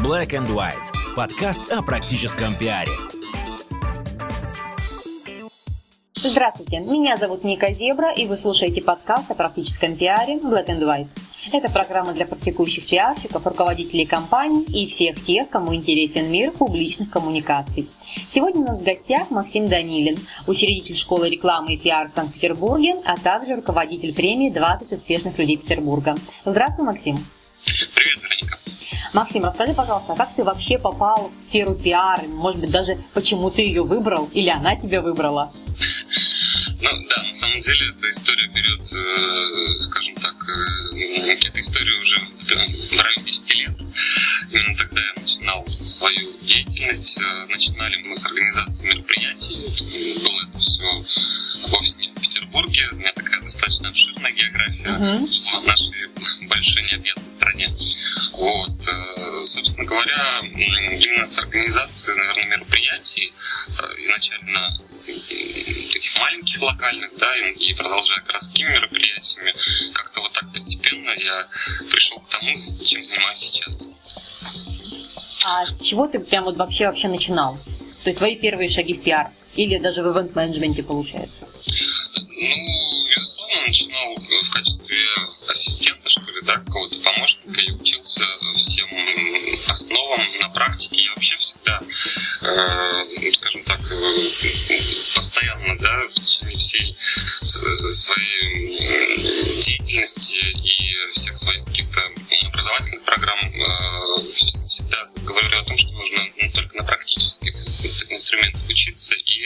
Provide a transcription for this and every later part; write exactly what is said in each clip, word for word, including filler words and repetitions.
Black and White. Подкаст о практическом пиаре. Здравствуйте, меня зовут Ника Зебра, и вы слушаете подкаст о практическом пиаре Black and White. Это программа для практикующих пиарщиков, руководителей компаний и всех тех, кому интересен мир публичных коммуникаций. Сегодня у нас в гостях Максим Данилин, учредитель школы рекламы и пиар в Санкт-Петербурге, а также руководитель премии двадцать успешных людей Петербурга. Здравствуй, Максим. Привет, Вероника. Максим, расскажи, пожалуйста, как ты вообще попал в сферу пиара? Может быть, даже почему ты ее выбрал или она тебя выбрала? Ну да, на самом деле эта история берет, э, скажем так, э, эта история уже в районе десяти лет. Именно тогда я начинал свою деятельность. Э, начинали мы с организации мероприятий. Было это все вовсе не в Петербурге. У меня такая достаточно обширная география uh-huh. в нашей большой необъятной стране. Вот, э, собственно говоря, именно с организацией, наверное, мероприятий э, изначально таких маленьких, локальных, да, и, и продолжая городскими мероприятиями, как-то вот так постепенно я пришел к тому, чем занимаюсь сейчас. А с чего ты прям вот вообще вообще начинал? То есть твои первые шаги в пиар? Или даже в ивент-менеджменте получается? Ну, безусловно, начинал в качестве ассистента, что ли, да, какого-то помощника, и учился всем основам на практике. Я вообще всегда, э, скажем так, постоянно, да, в течение всей своей деятельности и всех своих каких-то образовательных программ э, всегда говорю о том, что нужно ну, только на практических инструментах учиться и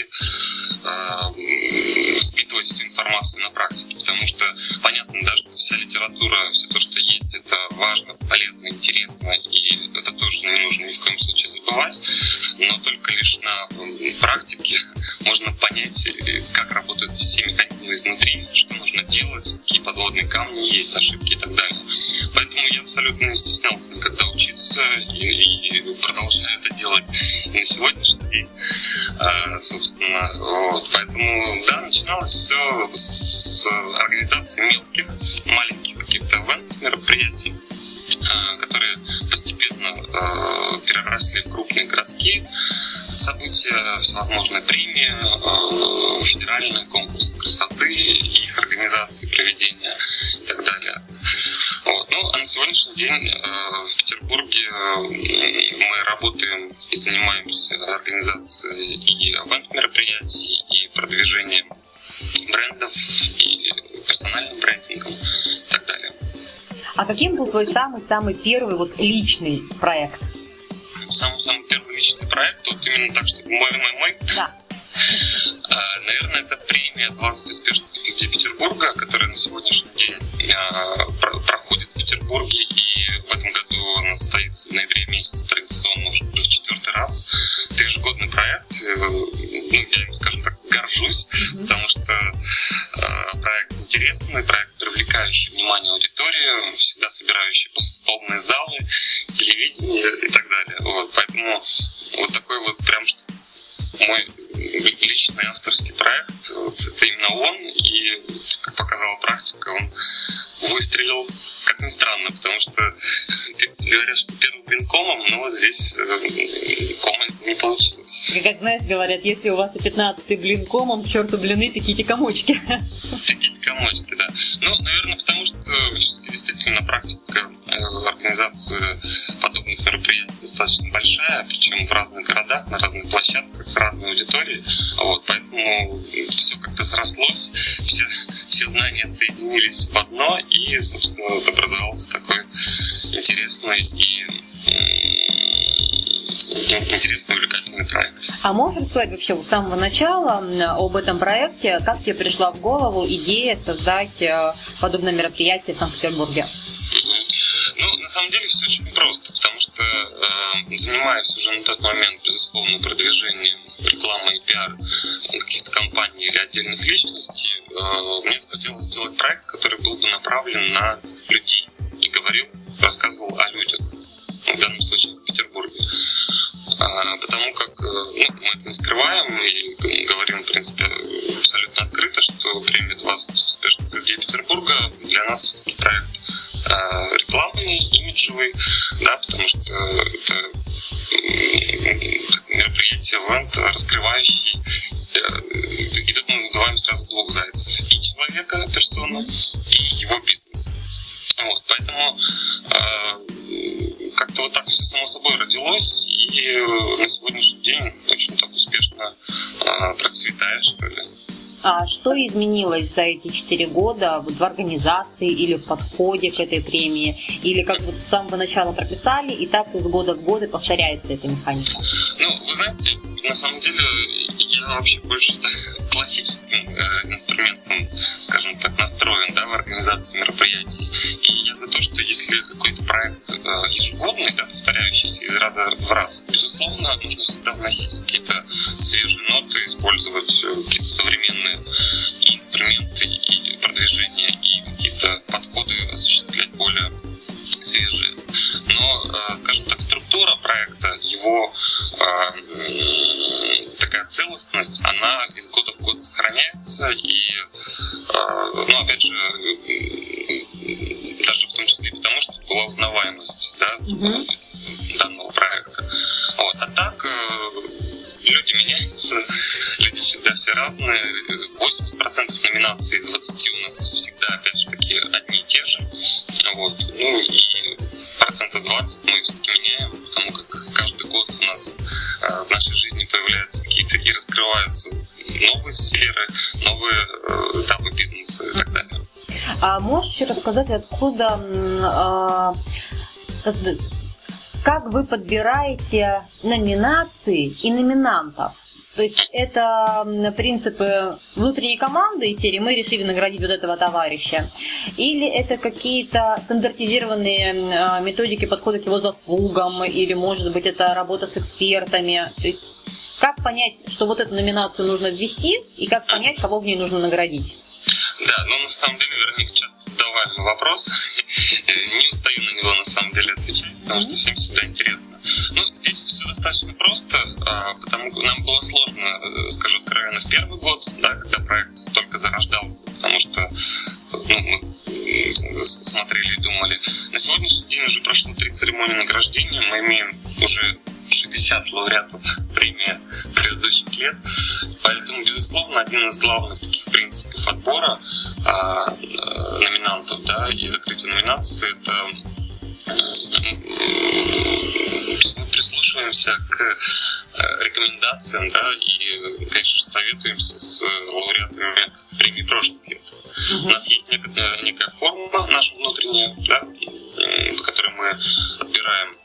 э, впитывать всю информацию на практике, потому что понятно, да, что вся литература, все то, что есть, это важно, полезно, интересно, и это тоже не нужно ни в коем случае забывать, но только лишь на практике можно понять, как работают все механизмы изнутри, что нужно делать, какие подводные камни есть, ошибки и так далее. Поэтому я абсолютно не стеснялся никогда учиться и, и продолжаю это делать и на сегодняшний день, а, собственно, вот. Поэтому, да, начиналось все с организации мелких, маленьких каких-то ивентов, мероприятий, которые постепенно переросли в крупные городские события, всевозможные премии, федеральные конкурсы красоты, их организации, проведения и так далее. Вот. Ну, а на сегодняшний день в Петербурге мы работаем и занимаемся организацией и ивент-мероприятий, и продвижением брендов, и персональным брендингом и так далее. А каким был твой самый-самый первый вот личный проект? Самый-самый первый личный проект, вот именно так, чтобы мой-мой-мой? Да. А, наверное, это премия двадцать успешных людей Петербурга, которая на сегодняшний день а, про- проходит в Петербурге, и в этом году она состоится в ноябре месяце традиционно уже в четвертый раз. Это ежегодный проект, ну, я им, скажем так, горжусь, mm-hmm. потому что а, проект интересный, проект привлекающий внимание аудитории, всегда собирающий полные залы, телевидение и так далее. Вот, поэтому вот такой вот прям что мой личный авторский проект, вот это именно он, и, как показала практика, он выстрелил, как ни странно, потому что говорят, что первым блин комом, но здесь э, кома не получилось. И как знаешь, говорят, если у вас и пятнадцатый блин комом, к черту блины, пеките комочки. Пеките комочки, да. Ну, наверное, потому что все-таки действительно практика э, организации подобных мероприятий достаточно большая, причем в разных городах, на разных площадках, с разной аудиторией. Вот, поэтому все как-то срослось, все, все знания соединились в одно, и, собственно, вот образовался такой интересный и интересный, увлекательный проект. А можешь рассказать вообще вот с самого начала об этом проекте, как тебе пришла в голову идея создать подобное мероприятие в Санкт-Петербурге? Ну, на самом деле все очень просто, потому что э, занимаясь уже на тот момент, безусловно, продвижением рекламы и пиар каких-то компаний или отдельных личностей, э, мне захотелось сделать проект, который был бы направлен на людей и говорил, рассказывал о людях, в данном случае в Петербурге. А, потому как ну, мы это не скрываем и говорим, в принципе, абсолютно открыто, что премия двадцать успешных людей Петербурга для нас все-таки проект а, рекламный, именно имиджевый, да, потому что это мероприятие, ивент, раскрывающий. И тут мы убиваем сразу двух зайцев. И человека, персону, и его бизнес. Вот, поэтому э, как-то вот так все само собой родилось, и на сегодняшний день очень так успешно э, процветает, что ли. А что изменилось за эти четыре года в организации или в подходе к этой премии? Или как вот с самого начала прописали, и так из года в год повторяется эта механика? Ну, вы знаете, на самом деле я вообще больше так, классическим э, инструментом, скажем так, настроен, да, в организации мероприятий. И я за то, что если какой-то проект э, ежегодный, да, повторяющийся из раза в раз, безусловно, нужно всегда вносить какие-то свежие ноты, использовать э, какие-то современные и инструменты, и продвижения, и какие-то подходы осуществлять более свежие. Но, э, скажем так, структура проекта, его э, такая целостность, она из года в год сохраняется, и, э, ну, опять же, даже в том числе и потому, что была узнаваемость, да, mm-hmm. данного проекта. Вот. А так, э, люди меняются, люди всегда все разные. восемьдесят процентов номинаций из двадцати у нас всегда, опять же, такие одни и те же. Вот. Ну и процентов двадцать мы все-таки меняем, потому как каждый год у нас э, в нашей жизни появляются какие-то и раскрываются новые сферы, новые э, этапы бизнеса и так далее. А можешь рассказать, откуда, э, как, как вы подбираете номинации и номинантов? То есть это принципы внутренней команды из серии «Мы решили наградить вот этого товарища», или это какие-то стандартизированные методики подхода к его заслугам, или, может быть, это работа с экспертами? То есть как понять, что вот эту номинацию нужно ввести, и как понять, кого в ней нужно наградить? Да, ну на самом деле, Вероника, часто задаваемый вопрос. Не устаю на него на самом деле отвечать, потому что всем всегда интересно. Ну, здесь все достаточно просто, потому что нам было сложно, скажу откровенно, в первый год, да, когда проект только зарождался, потому что ну, мы смотрели и думали. На сегодняшний день уже прошло три церемонии награждения, мы имеем уже шестьдесят лауреатов премии предыдущих лет, поэтому, безусловно, один из главных таких принципов отбора а, а, номинантов, да, и закрытия номинации — это мы прислушиваемся к рекомендациям, да, и, конечно, советуемся с лауреатами премии прошлых лет. Uh-huh. У нас есть некая, некая формула наша внутренняя, да, по которой мы отбираем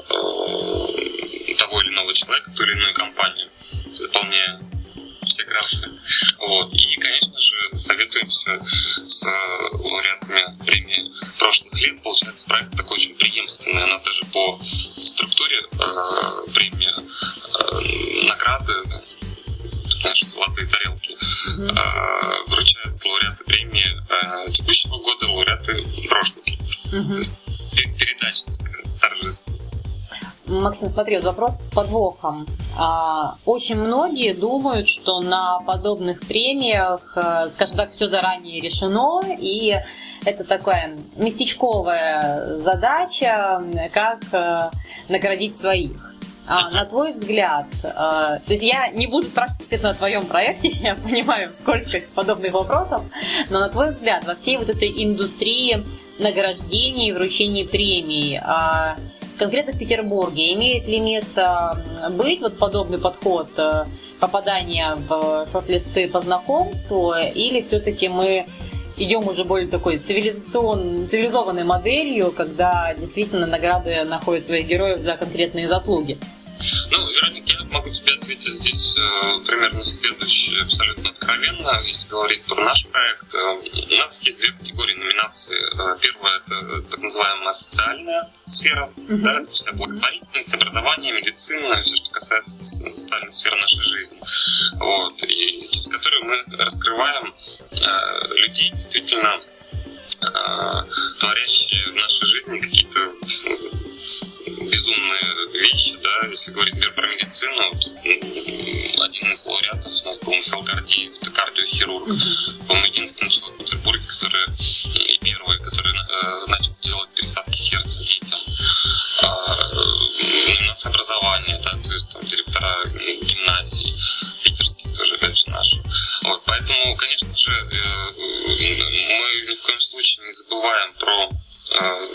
того или иного человека, ту или иную компанию, заполняя все графы. Вот. И, конечно же, советуемся с лауреатами премии прошлых лет. Получается, проект такой очень преемственный. Она даже по структуре э, премии, э, награды, наши золотые тарелки, mm-hmm. э, вручают лауреаты премии э, текущего года, лауреаты прошлых лет. Mm-hmm. То есть передача торжественная. Максим, смотри, вот вопрос с подвохом. Очень многие думают, что на подобных премиях, скажем так, все заранее решено, и это такая местечковая задача, как наградить своих. А на твой взгляд, то есть я не буду спрашивать на твоем проекте, я понимаю скользкость подобных вопросов, но на твой взгляд, во всей вот этой индустрии награждений и вручений премий, конкретно в Петербурге имеет ли место быть вот подобный подход попадания в шорт-листы по знакомству, или все-таки мы идем уже более такой цивилизованной моделью, когда действительно награды находят своих героев за конкретные заслуги? Ну, Вероника, я могу тебе ответить здесь э, примерно следующее, абсолютно откровенно. Если говорить про наш проект, э, у нас есть две категории номинаций. Э, первая — это так называемая социальная сфера, uh-huh. да, это вся благотворительность, образование, медицина, все, что касается социальной сферы нашей жизни. Вот, и через которую мы раскрываем э, людей, действительно э, творящие в нашей жизни какие-то безумные вещи, да, если говорить, например, про медицину, вот, один из лауреатов у нас был Михаил Гордеев, это кардиохирург, mm-hmm. по-моему, единственный человек в Петербурге, который и первый, который э, начал делать пересадки сердца детям.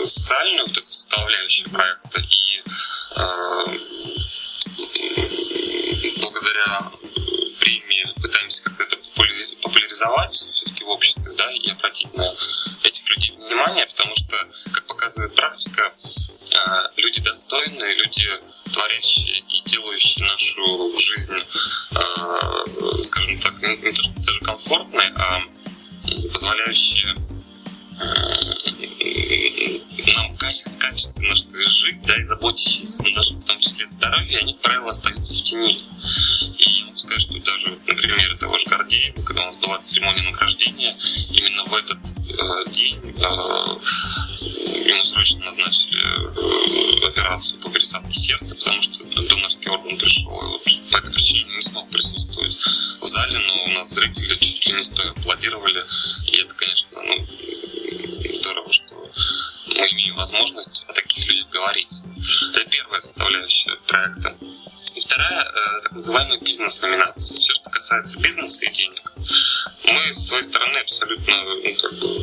социальную вот эту составляющую проекта, и благодаря премии пытаемся как-то это популяризовать все-таки в обществе, да, и обратить на этих людей внимание, потому что, как показывает практика, люди достойные, люди творящие и делающие нашу жизнь, скажем так, не то что даже комфортной, а позволяющие нам качественно жить, да, и заботящиеся о нашем, в том числе, здоровье, они, как правило, остаются в тени. И я могу сказать, что даже на примере того же Гордеева, когда у нас была церемония награждения, именно в этот э, день э, ему срочно назначили э, операцию по пересадке сердца, потому что донорский орган пришел, и вот по этой причине не смог присутствовать в зале, но у нас зрители чуть ли не стоя аплодировали, и это, конечно, ну, здорово, что мы имеем возможность о таких людях говорить. Это первая составляющая проекта. И вторая, так называемая бизнес-номинация. Все, что касается бизнеса и денег, мы с своей стороны абсолютно, ну, как бы,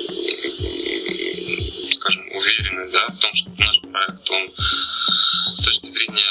скажем, уверены, да, в том, что наш проект, он с точки зрения,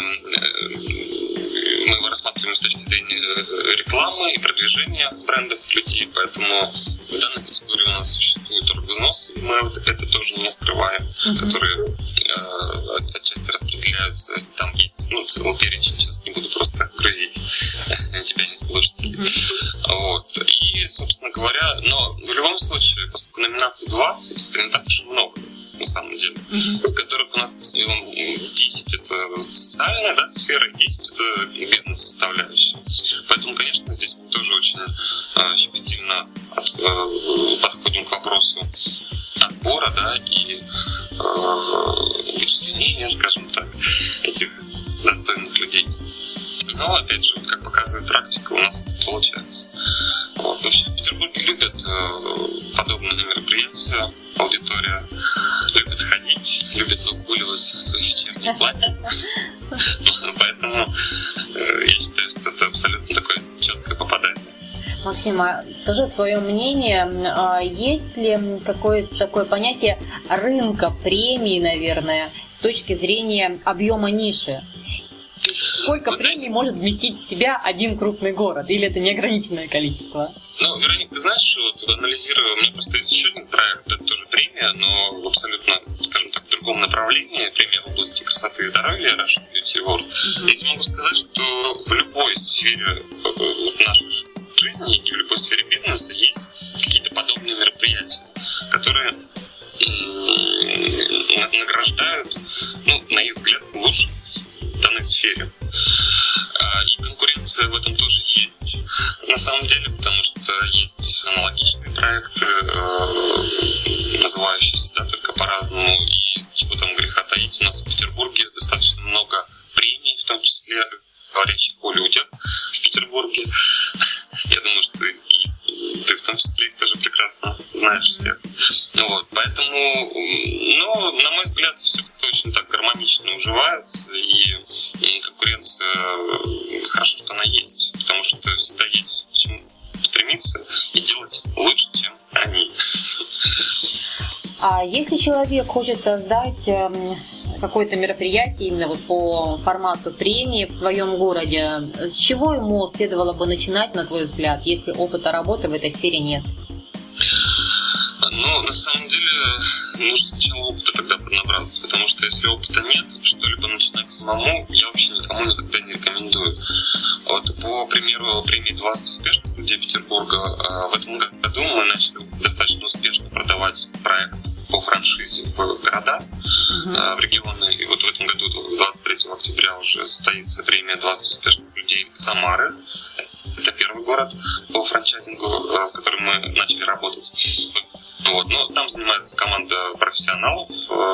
мы его рассматриваем с точки зрения рекламы и продвижения брендов людей, поэтому в данной категории у нас существуют оргвзносы, и мы это тоже не скрываем, mm-hmm. которые э, отчасти распределяются. Там есть, ну, целый перечень, сейчас не буду просто грузить тебя, не слушателей. Mm-hmm. Вот. И, собственно говоря, но в любом случае, поскольку номинаций двадцать, это не так уж и много, на самом деле, mm-hmm. из которых у нас десять это социальная, да, сфера, и десять это бизнес-составляющая. Поэтому, конечно, здесь мы тоже очень э, щепетильно от, э, подходим к вопросу отбора, да, и э, вычисления, скажем так, этих достойных людей. Но, опять же, как показывает практика, у нас это получается. Вот. Вообще, в Петербурге любят э, подобные мероприятия, аудитория любит ходить, любит загуливать в свои вечерние платья. Поэтому я считаю, что это абсолютно такое четкое попадание. Максим, а скажи свое мнение, есть ли какое-то такое понятие рынка премий, наверное, с точки зрения объема ниши? Сколько премий может вместить в себя один крупный город? Или это неограниченное количество? Ну, Вероника, ты знаешь, вот анализируя, у меня просто есть еще один проект, это тоже премия, но в абсолютно, скажем так, в другом направлении, премия в области красоты и здоровья, Russian Beauty Award. Mm-hmm. Я тебе могу сказать, что в любой сфере нашей жизни и в любой сфере бизнеса есть какие-то подобные мероприятия, которые награждают, ну, на их взгляд, лучших в данной сфере. И конкуренция в этом тоже есть, на самом деле, потому что есть аналогичные проекты, называющиеся, да, только по-разному, и чего там греха таить. У нас в Петербурге достаточно много премий, в том числе говорящих о людях в Петербурге. Я думаю, что ты, ты в том числе их тоже прекрасно знаешь всех. Вот, поэтому, ну, на мой взгляд, все как-то очень так гармонично уживается, и конкуренция, хорошо, что она есть, потому что всегда есть к чему стремиться и делать лучше, чем они. А если человек хочет создать какое-то мероприятие именно вот по формату премии в своем городе, с чего ему следовало бы начинать, на твой взгляд, если опыта работы в этой сфере нет? Ну, на самом деле, нужно сначала опыта тогда поднабраться, потому что если опыта нет, что-либо начинать самому я вообще никому никогда не рекомендую. Вот, по примеру премии двадцать успешных людей Петербурга, в этом году мы начали достаточно успешно продавать проект по франшизе в города, uh-huh. в регионы. И вот в этом году, двадцать третьего октября, уже состоится премия двадцать успешных людей Самары. Это первый город по франчайзингу, с которым мы начали работать. Вот. Но там занимается команда профессионалов,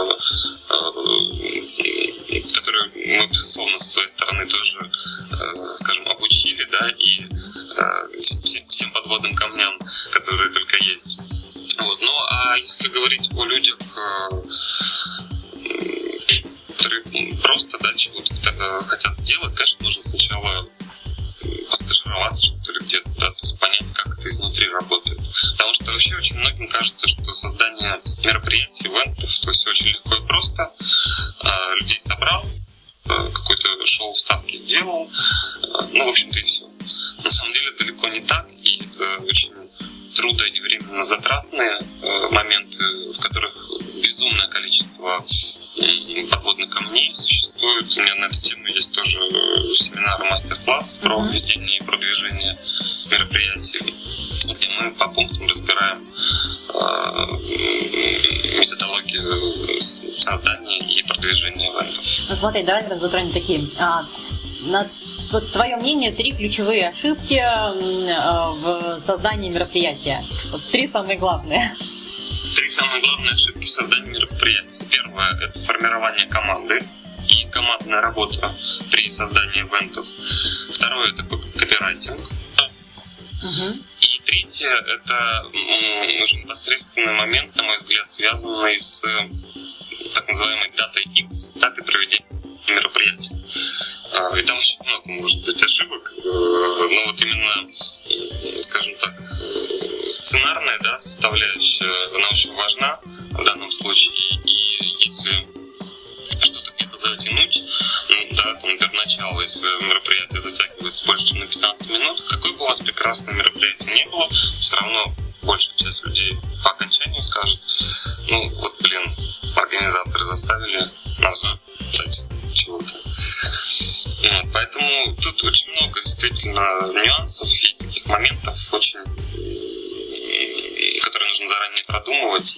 которые мы, безусловно, со своей стороны тоже, скажем, обучили, да, и всем, всем подводным камням, которые только есть. Вот. Ну, а если говорить о людях, которые просто, да, чего-то хотят делать, конечно, нужно сначала постажироваться, что ли, где-то, да, то есть понять, как это изнутри внутри работает. Потому что вообще очень многим кажется, что создание мероприятий, ивентов, то есть очень легко и просто. Людей собрал, какое-то шоу вставки сделал, ну, в общем-то, и все. На самом деле далеко не так, и это очень трудо- и временно затратные моменты, в которых безумное количество подводных камней существует. У меня на эту тему есть тоже семинар, мастер-класс про ведение и продвижение мероприятий, где мы по пунктам разбираем методологию создания и продвижения ивентов. Ну смотри, давай затронем такие. А, на вот твое мнение, три ключевые ошибки а, в создании мероприятия. Вот три самые главные. Три самые главные ошибки в создании мероприятия. Первое – это формирование команды и командная работа при создании ивентов. Второе – это копирайтинг. Угу. И третье – это уже непосредственный момент, на мой взгляд, связанный с так называемой датой X, датой проведения мероприятия. И там очень много может быть ошибок, но вот именно, скажем так, сценарная, да, составляющая, она очень важна в данном случае. И если что-то где-то затянуть, ну, да, там, например, начало, если мероприятие затягивается больше, чем на пятнадцать минут, какое бы у вас прекрасное мероприятие не было, все равно большая часть людей по окончанию скажет: ну вот, блин, организаторы заставили нас ждать чего-то. Вот, поэтому тут очень много действительно нюансов и таких моментов, очень, которые нужно заранее продумывать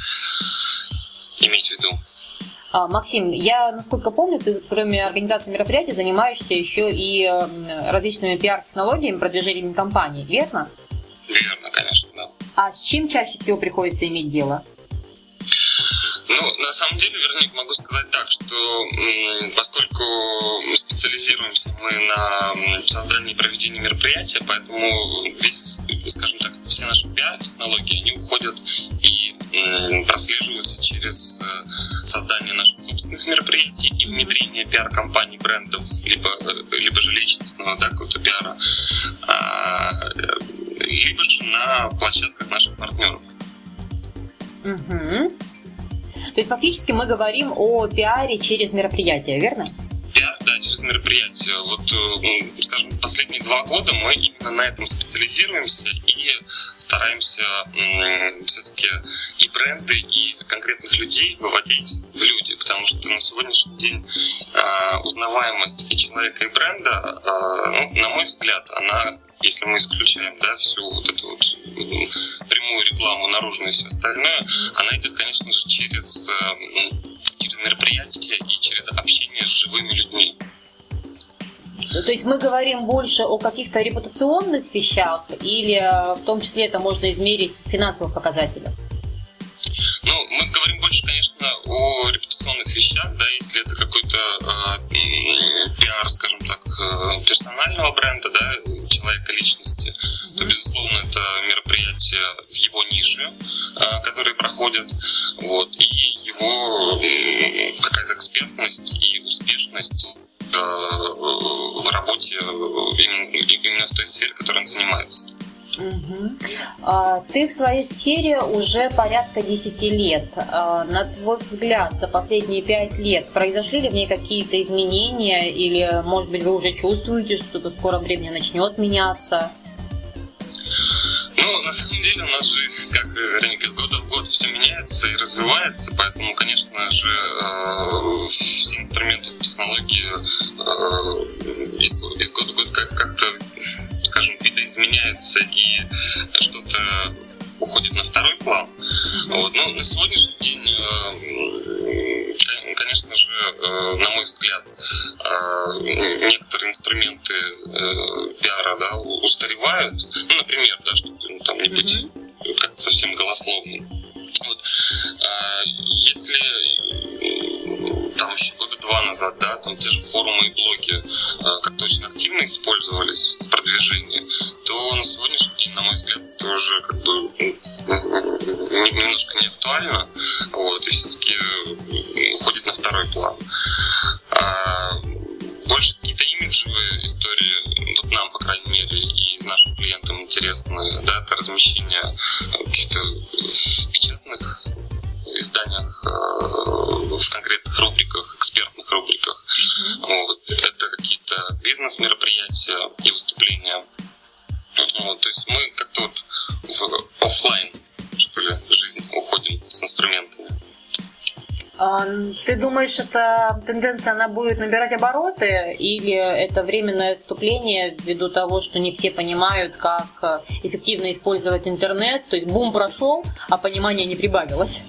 и иметь в виду. Максим, я, насколько помню, ты кроме организации мероприятий занимаешься еще и различными пиар-технологиями, продвижением компании, верно? Верно, конечно, да. А с чем чаще всего приходится иметь дело? Ну, на самом деле, вернее, могу сказать так, что м, поскольку специализируемся мы на создании и проведении мероприятия, поэтому весь, скажем так, все наши пиар-технологии, они уходят и м, прослеживаются через создание наших собственных мероприятий и внедрение пиар-компаний, брендов, либо, либо же личностного, да, какого-то пиара, а, либо же на площадках наших партнеров. Угу. То есть фактически мы говорим о пиаре через мероприятие, верно? Пиар, да, через мероприятие. Вот, скажем, последние два года мы именно на этом специализируемся и стараемся м, все-таки и бренды, и конкретных людей выводить в люди, потому что на сегодняшний день э, узнаваемость и человека, и бренда, э, ну, на мой взгляд, она, если мы исключаем, да, всю вот эту вот прямую рекламу, наружную и все остальное, она идет, конечно же, через, через мероприятия и через общение с живыми людьми. То есть мы говорим больше о каких-то репутационных вещах или в том числе это можно измерить в финансовых показателях? Ну, мы говорим больше, конечно, о репутационных вещах, да, если это какой-то э, пиар, скажем так, э, персонального бренда, да, человека, личности, mm-hmm. то, безусловно, это мероприятие в его нише, э, которые проходят, вот, и его э, какая-то экспертность и успешность э, в работе именно, именно в той сфере, которой он занимается. Угу. А, ты в своей сфере уже порядка десяти лет. А, на твой взгляд, за последние пять лет произошли ли в ней какие-то изменения или, может быть, вы уже чувствуете, что что-то в скором времени начнет меняться? Ну, на самом деле у нас же, как Вероника, из года в год все меняется и развивается, поэтому, конечно же, э, все инструменты, технологии э, из, из года в год как- как-то, скажем, видоизменяются и что-то уходит на второй план. Вот. Но на сегодняшний день, э, конечно же, э, на мой взгляд, э, некоторые инструменты э, пиара, да, устаревают. Ну, например, да, чтобы там не быть mm-hmm. как-то совсем голословным. Вот. А, если там еще года два назад, да, там те же форумы и блоги а, как-то очень активно использовались в продвижении, то на сегодняшний день, на мой взгляд, это уже как бы немножко не актуально, вот, и все-таки уходит на второй план. А, больше какие-то имиджевые истории, вот нам, по крайней мере, и нашим клиентам интересны, да, это размещение каких-то печатных изданиях в конкретных рубриках, экспертных рубриках. Mm-hmm. Вот. Это какие-то бизнес-мероприятия и выступления. Вот. То есть мы как-то вот в офлайн, что ли, жизнь уходим с инструментами. Ты думаешь, эта тенденция, она будет набирать обороты, или это временное отступление ввиду того, что не все понимают, как эффективно использовать интернет, то есть бум прошел, а понимания не прибавилось?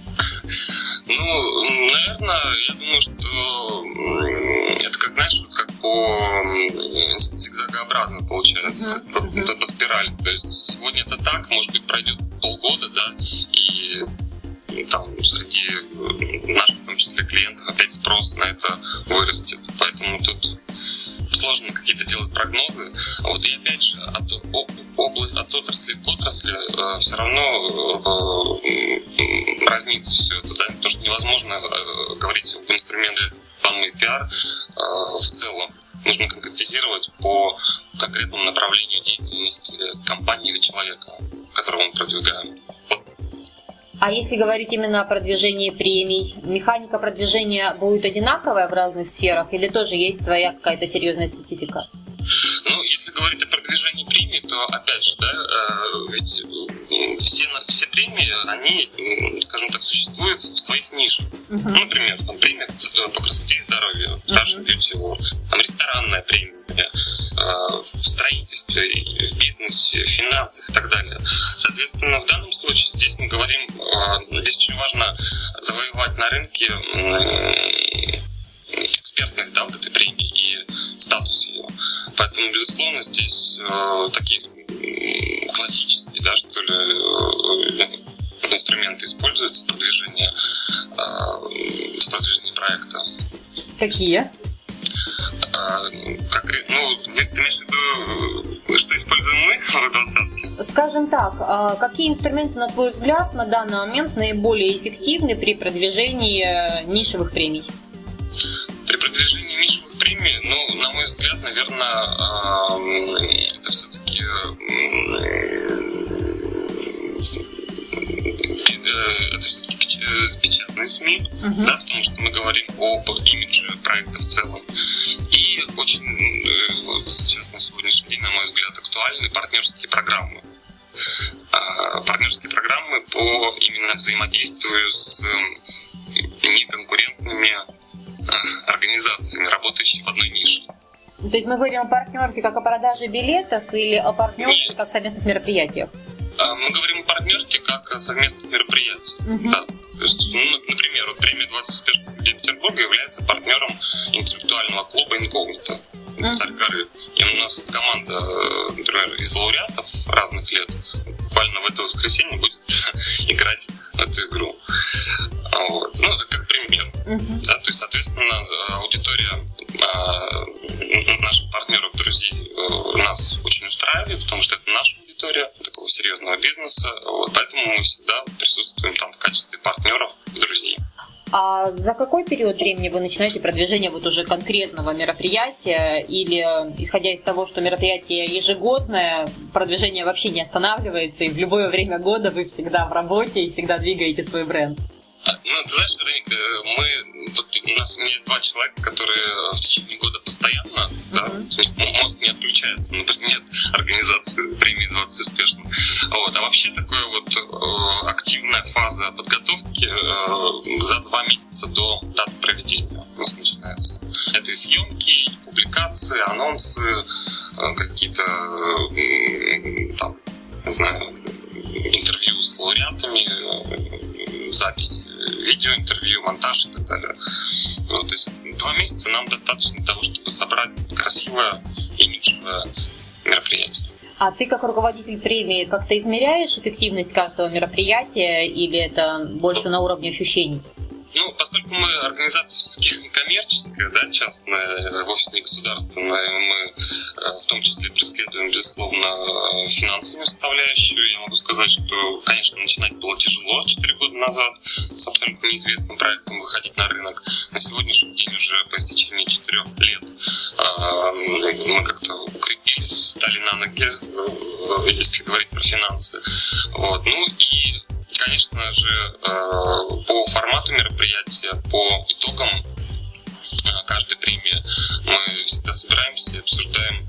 Ну, наверное, я думаю, что это как, знаешь, вот как по зигзагообразно получается, uh-huh. как uh-huh. по, по спирали. То есть сегодня это так, может быть, пройдет полгода, да, и там среди наших, в том числе, клиентов опять спрос на это вырастет. Поэтому тут сложно какие-то делать прогнозы. А вот и опять же, от, область, от отрасли к отрасли э, все равно э, разнится все это, да, потому что невозможно э, говорить об инструменте рекламы и пиар э, в целом. Нужно конкретизировать по конкретному направлению деятельности компании или человека, которого мы продвигаем. А если говорить именно о продвижении премий, механика продвижения будет одинаковая в разных сферах или тоже есть своя какая-то серьезная специфика? Ну, если говорить о продвижении премий, то, опять же, да, ведь все, все премии, они, скажем так, существуют в своих нишах. Uh-huh. Ну, например, там, премия по красоте и здоровью, Russian uh-huh. Beauty Award, там ресторанная премия, в строительстве, в бизнесе, в финансах и так далее. Соответственно, в данном случае здесь мы говорим, здесь очень важно завоевать на рынке экспертность, да, вот этой премии и статус ее. Поэтому, безусловно, здесь э, такие классические, да, что ли, э, инструменты используются в продвижении, э, в продвижении проекта. Какие? Э, как, ну, ты имеешь в виду, что используем мы в двадцатке? Скажем так, какие инструменты, на твой взгляд, на данный момент наиболее эффективны при продвижении нишевых премий? При продвижении нишевых премий, ну, на мой взгляд, наверное, это все-таки это все-таки печатные СМИ, uh-huh. да, потому что мы говорим об имидже проекта в целом. И очень вот сейчас на сегодняшний день, на мой взгляд, актуальны партнерские программы. Партнерские программы по именно взаимодействию с неконкурентными организациями, работающими в одной нише. То есть мы говорим о партнерке как о продаже билетов или о партнерке Нет. как о совместных мероприятиях? Мы говорим о партнерке как о совместных мероприятиях. Uh-huh. Да. То есть, ну, например, вот премия двадцать успешных людей Петербурга является партнером интеллектуального клуба «Инкогнито» uh-huh. «Царь горы». И у нас команда, например, из лауреатов разных лет буквально в это воскресенье будет играть в эту игру. Вот. Ну, как пример. Uh-huh. Да, то есть, соответственно, аудитория э, наших партнеров, друзей э, нас очень устраивает, потому что это наша аудитория такого серьезного бизнеса. Вот. Поэтому мы всегда присутствуем там в качестве партнеров и друзей. А за какой период времени вы начинаете продвижение вот уже конкретного мероприятия? Или, исходя из того, что мероприятие ежегодное, продвижение вообще не останавливается, и в любое время года вы всегда в работе и всегда двигаете свой бренд? Ну, ты знаешь, Вероника, мы, тут, у нас у меня есть два человека, которые в течение года постоянно, uh-huh. да, у них мозг не отключается, например, организации премии двадцать успешных. Вот. А вообще такая вот э, активная фаза подготовки э, за два месяца до даты проведения у нас начинается. Это и съемки, и публикации, анонсы, э, какие-то э, там, не знаю, интервью с лауреатами, э, запись видеоинтервью, монтаж и так далее. Вот, то есть два месяца нам достаточно для того, чтобы собрать красивое имиджевое мероприятие. А ты как руководитель премии как-то измеряешь эффективность каждого мероприятия или это больше на уровне ощущений? Ну, поскольку мы организация коммерческая, да, частная, вовсе не государственная, мы в том числе преследуем, безусловно, финансовую составляющую. Я могу сказать, что, конечно, начинать было тяжело четыре года назад с абсолютно неизвестным проектом выходить на рынок. На сегодняшний день уже по истечении четырех лет мы как-то укрепили встали на ноги, если говорить про финансы. Вот. Ну и, конечно же, по формату мероприятия, по итогам каждой премии мы всегда собираемся и обсуждаем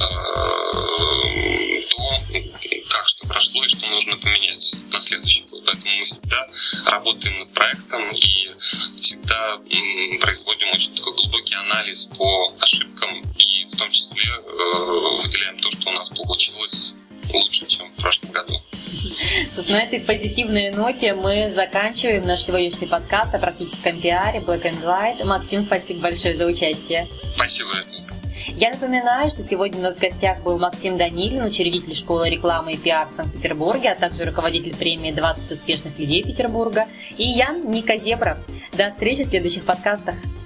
э, то, как что прошло и что нужно поменять на следующий год. Поэтому мы всегда работаем над проектом и всегда м, производим очень такой глубокий анализ по ошибкам и в том числе э, выделяем то, что у нас получилось лучше, чем в прошлом году. Собственно, на этой позитивной ноте мы заканчиваем наш сегодняшний подкаст о практическом пиаре Black and White. Максим, спасибо большое за участие. Спасибо. Я напоминаю, что сегодня у нас в гостях был Максим Данилин, учредитель школы рекламы и пиар в Санкт-Петербурге, а также руководитель премии двадцать успешных людей Петербурга, и я, Ника Зебра. До встречи в следующих подкастах.